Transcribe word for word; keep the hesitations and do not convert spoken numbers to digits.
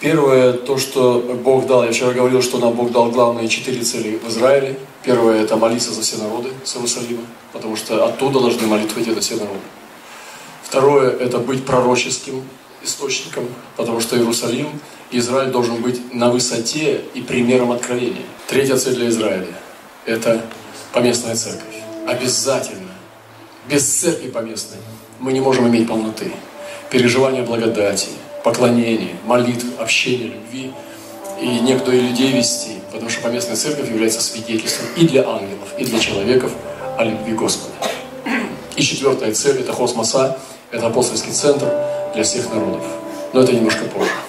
Первое, то, что Бог дал, я вчера говорил, что нам Бог дал главные четыре цели в Израиле. Первое – это молиться за все народы с Иерусалима, потому что оттуда должны молитвы идти до все народы. Второе – это быть пророческим источником, потому что Иерусалим, Израиль должен быть на высоте и примером откровения. Третья цель для Израиля – это поместная церковь. Обязательно. Без церкви поместной мы не можем иметь полноты. Переживания благодати, поклонения, молитв, общения, любви. И некуда и людей вести, потому что поместная церковь является свидетельством и для ангелов, и для человеков о любви Господа. И четвертая цель – это хос Маса, это апостольский центр для всех народов. Но это немножко позже.